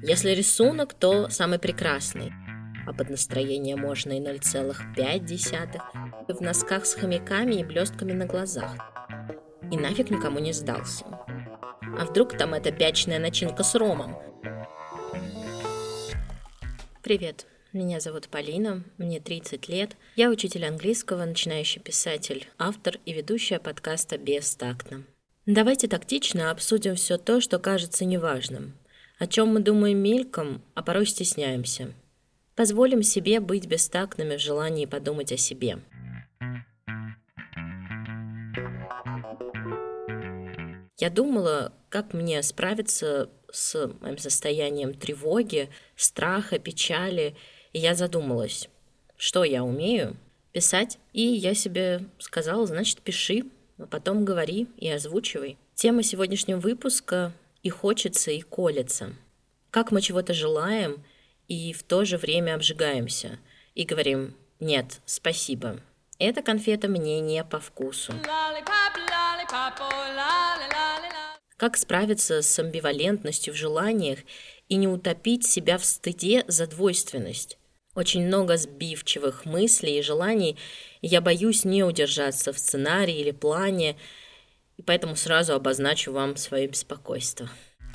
Если рисунок, то самый прекрасный, а под настроение можно и 0,5, в носках с хомяками и блестками на глазах. И нафиг никому не сдался. А вдруг там эта бячная начинка с ромом? Привет, меня зовут Полина, мне 30 лет. Я учитель английского, начинающий писатель, автор и ведущая подкаста «Бестактно». Давайте тактично обсудим все то, что кажется неважным, о чем мы думаем мельком, а порой стесняемся. Позволим себе быть бестактными в желании подумать о себе. Я думала, как мне справиться с моим состоянием тревоги, страха, печали, и я задумалась, что я умею? Писать. И я себе сказала, значит, пиши, а потом говори и озвучивай. Тема сегодняшнего выпуска «И хочется, и колется». Как мы чего-то желаем и в то же время обжигаемся, и говорим «нет, спасибо, эта конфета мне не по вкусу». Как справиться с амбивалентностью в желаниях и не утопить себя в стыде за двойственность? Очень много сбивчивых мыслей и желаний, и я боюсь не удержаться в сценарии или плане, и поэтому сразу обозначу вам свое беспокойство.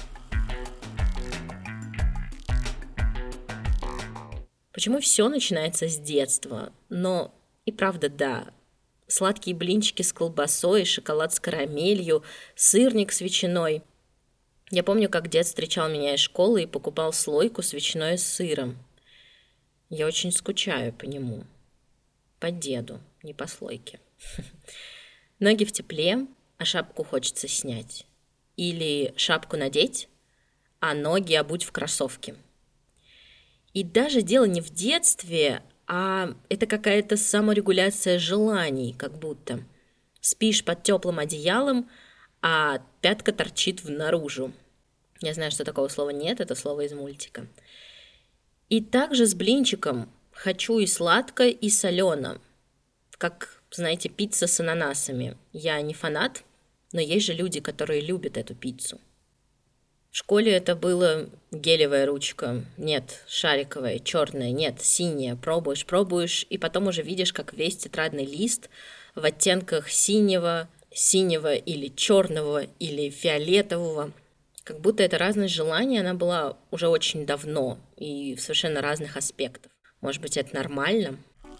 Почему все начинается с детства? Но и правда да. Сладкие блинчики с колбасой, шоколад с карамелью, сырник с ветчиной. Я помню, как дед встречал меня из школы и покупал слойку с ветчиной и сыром. Я очень скучаю по нему. По деду, не по слойке. Ноги в тепле, а шапку хочется снять. Или шапку надеть, а ноги обуть в кроссовки. И даже дело не в детстве, а это какая-то саморегуляция желаний, как будто. Спишь под теплым одеялом, а пятка торчит наружу. Я знаю, что такого слова нет, это слово из мультика. И также с блинчиком хочу и сладко, и солено. Как, знаете, пицца с ананасами. Я не фанат, но есть же люди, которые любят эту пиццу. В школе это было гелевая ручка, нет, шариковая, черная, нет, синяя. Пробуешь, и потом уже видишь, как весь тетрадный лист в оттенках синего или черного, или фиолетового. Как будто это разность желаний, она была уже очень давно и в совершенно разных аспектах. Может быть, это нормально?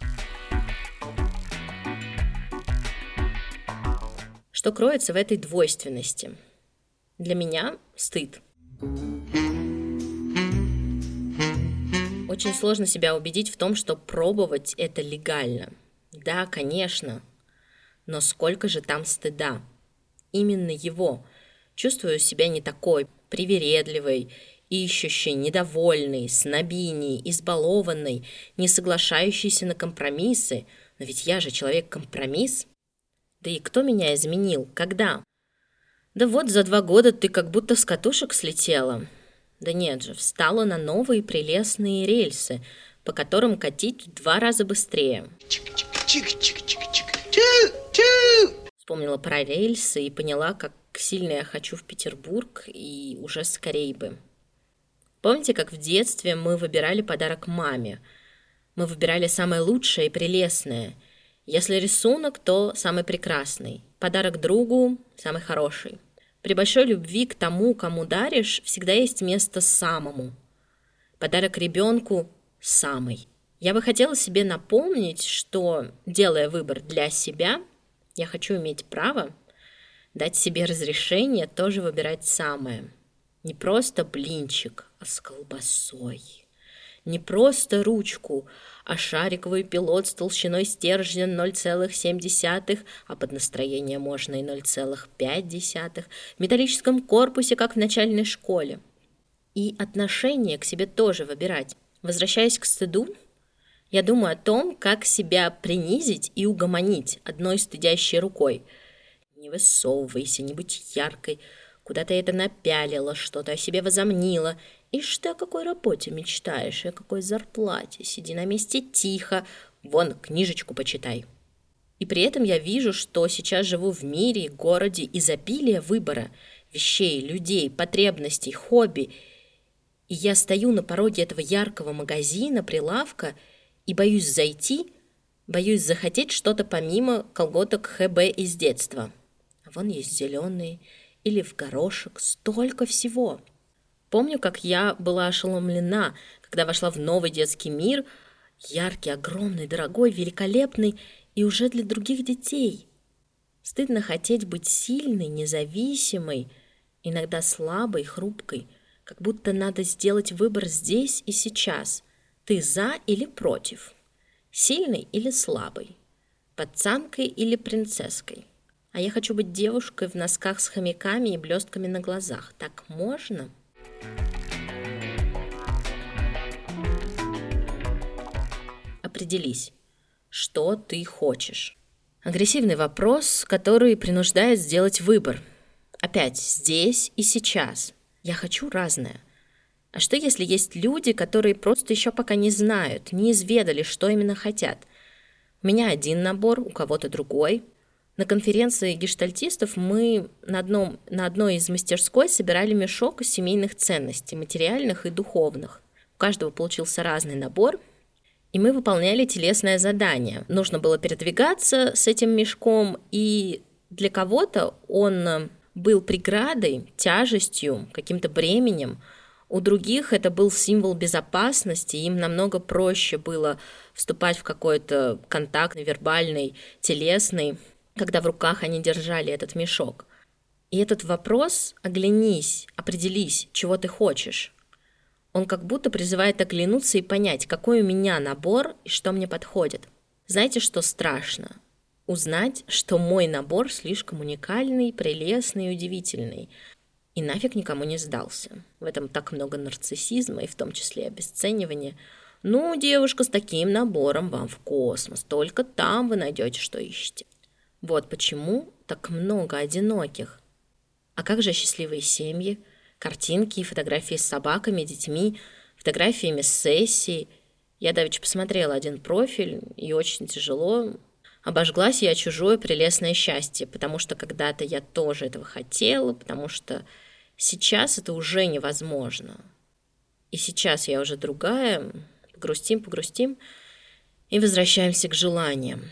Что кроется в этой двойственности? Для меня стыд. Очень сложно себя убедить в том, что пробовать это легально. Да, конечно, но сколько же там стыда? Именно его. Чувствую себя не такой, привередливой, ищущей, недовольной, снобиней, избалованной, не соглашающейся на компромиссы. Но ведь я же человек-компромисс. Да и кто меня изменил? Когда? Да вот за 2 года ты как будто с катушек слетела. Да нет же, встала на новые прелестные рельсы, по которым катить в 2 раза быстрее. Вспомнила про рельсы и поняла, как сильно я хочу в Петербург и уже скорей бы. Помните, как в детстве мы выбирали подарок маме? Мы выбирали самое лучшее и прелестное. Если рисунок, то самый прекрасный. Подарок другу – самый хороший. При большой любви к тому, кому даришь, всегда есть место самому. Подарок ребенку – самый. Я бы хотела себе напомнить, что, делая выбор для себя, я хочу иметь право дать себе разрешение тоже выбирать самое. Не просто блинчик, а с колбасой. Не просто ручку, а шариковый пилот с толщиной стержня 0,7, а под настроение можно и 0,5, в металлическом корпусе, как в начальной школе. И отношение к себе тоже выбирать. Возвращаясь к стыду, я думаю о том, как себя принизить и угомонить одной стыдящей рукой. Не высовывайся, не будь яркой, куда ты это напялила, что-то о себе возомнила. Ишь ты о какой работе мечтаешь, и о какой зарплате. Сиди на месте тихо, вон книжечку почитай. И при этом я вижу, что сейчас живу в мире, городе изобилия выбора, вещей, людей, потребностей, хобби. И я стою на пороге этого яркого магазина, прилавка, и боюсь зайти, боюсь захотеть что-то помимо колготок ХБ из детства. А вон есть зеленые или в горошек, столько всего. Помню, как я была ошеломлена, когда вошла в новый детский мир, яркий, огромный, дорогой, великолепный и уже для других детей. Стыдно хотеть быть сильной, независимой, иногда слабой, хрупкой, как будто надо сделать выбор здесь и сейчас. Ты за или против? Сильный или слабый? Пацанкой или принцесской? А я хочу быть девушкой в носках с хомяками и блестками на глазах. Так можно? Определись, что ты хочешь. Агрессивный вопрос, который принуждает сделать выбор. Опять здесь и сейчас. Я хочу разное. А что, если есть люди, которые просто еще пока не знают, не изведали, что именно хотят? У меня один набор, у кого-то другой. На конференции гештальтистов мы на одной из мастерской собирали мешок из семейных ценностей, материальных и духовных. У каждого получился разный набор, и мы выполняли телесное задание. Нужно было передвигаться с этим мешком, и для кого-то он был преградой, тяжестью, каким-то бременем. У других это был символ безопасности, им намного проще было вступать в какой-то контакт вербальный, телесный, когда в руках они держали этот мешок. И этот вопрос «оглянись, определись, чего ты хочешь», он как будто призывает оглянуться и понять, какой у меня набор и что мне подходит. Знаете, что страшно? Узнать, что мой набор слишком уникальный, прелестный и удивительный, и нафиг никому не сдался. В этом так много нарциссизма, и в том числе и обесценивания. Ну, девушка, с таким набором вам в космос, только там вы найдете, что ищете. Вот почему так много одиноких. А как же счастливые семьи? Картинки, фотографии с собаками, детьми, фотографиями с сессий. Я давеча посмотрела один профиль, и очень тяжело. Обожглась я чужое прелестное счастье, потому что когда-то я тоже этого хотела, потому что сейчас это уже невозможно. И сейчас я уже другая. Погрустим, и возвращаемся к желаниям.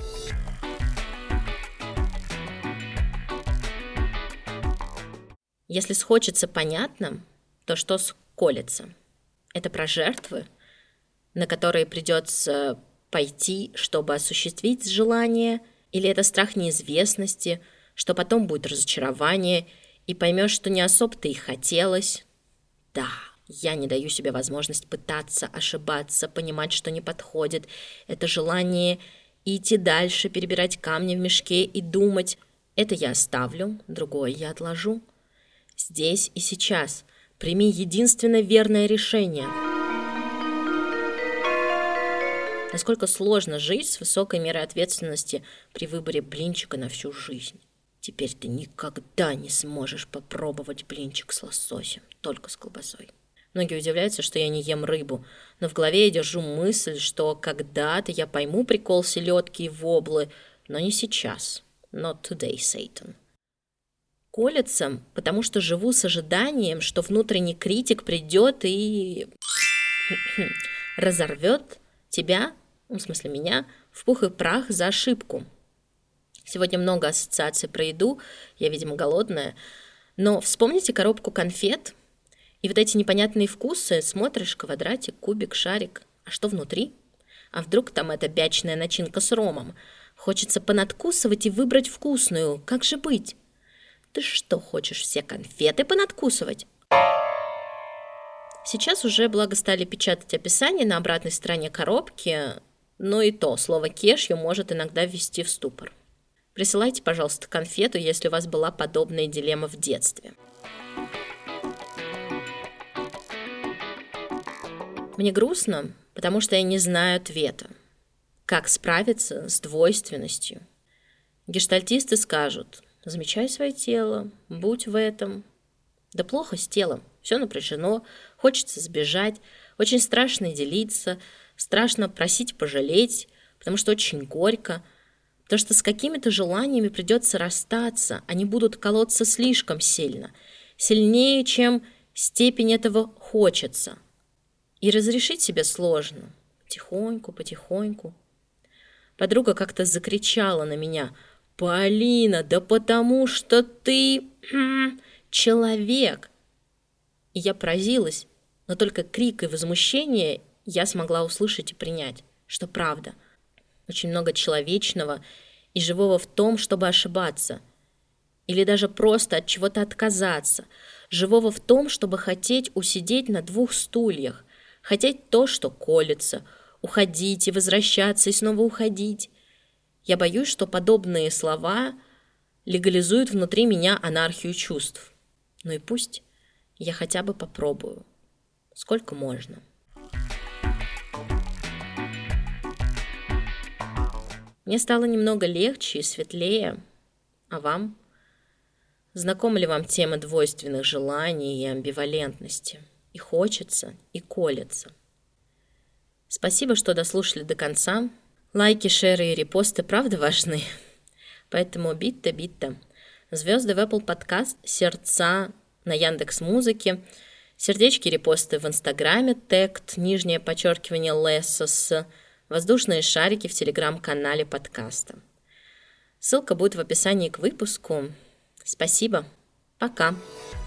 Если схочется понятно, то что сколется? Это про жертвы, на которые придется пойти, чтобы осуществить желание, или это страх неизвестности, что потом будет разочарование, и поймешь, что не особо-то и хотелось? Да, я не даю себе возможность пытаться, ошибаться, понимать, что не подходит. Это желание идти дальше, перебирать камни в мешке и думать. Это я оставлю, другое я отложу. Здесь и сейчас прими единственно верное решение. Насколько сложно жить с высокой мерой ответственности при выборе блинчика на всю жизнь. Теперь ты никогда не сможешь попробовать блинчик с лососем, только с колбасой. Многие удивляются, что я не ем рыбу, но в голове я держу мысль, что когда-то я пойму прикол селедки и воблы, но не сейчас. Not today, Satan. Колется, потому что живу с ожиданием, что внутренний критик придет и разорвет тебя, в смысле меня, в пух и прах за ошибку. Сегодня много ассоциаций про еду, я, видимо, голодная, но вспомните коробку конфет и вот эти непонятные вкусы, смотришь, квадратик, кубик, шарик, а что внутри? А вдруг там эта бячная начинка с ромом? Хочется понадкусывать и выбрать вкусную, как же быть? Ты что, хочешь все конфеты понадкусывать? Сейчас уже, благо, стали печатать описание на обратной стороне коробки, но и то слово «кешью» может иногда ввести в ступор. Присылайте, пожалуйста, конфету, если у вас была подобная дилемма в детстве. Мне грустно, потому что я не знаю ответа. Как справиться с двойственностью? Гештальтисты скажут: замечай свое тело, будь в этом. Да плохо с телом, все напряжено, хочется сбежать, очень страшно делиться, страшно просить пожалеть, потому что очень горько, потому что с какими-то желаниями придется расстаться, они будут колоться слишком сильно, сильнее, чем степень этого хочется. И разрешить себе сложно. Потихоньку, потихоньку. Подруга как-то закричала на меня: «Полина, да потому что ты человек!» И я поразилась, но только крик и возмущение я смогла услышать и принять, что правда. Очень много человечного и живого в том, чтобы ошибаться. Или даже просто от чего-то отказаться. Живого в том, чтобы хотеть усидеть на двух стульях. Хотеть то, что колется. Уходить и возвращаться, и снова уходить. Я боюсь, что подобные слова легализуют внутри меня анархию чувств. Ну и пусть я хотя бы попробую. Сколько можно. Мне стало немного легче и светлее. А вам? Знакома ли вам тема двойственных желаний и амбивалентности? И хочется, и колется. Спасибо, что дослушали до конца. Лайки, шеры и репосты правда важны. Поэтому битта. Звезды в Apple Podcast, сердца на Яндекс.Музыке, сердечки, репосты в Инстаграме, тегт, _, Lessons, воздушные шарики в Телеграм-канале подкаста. Ссылка будет в описании к выпуску. Спасибо. Пока.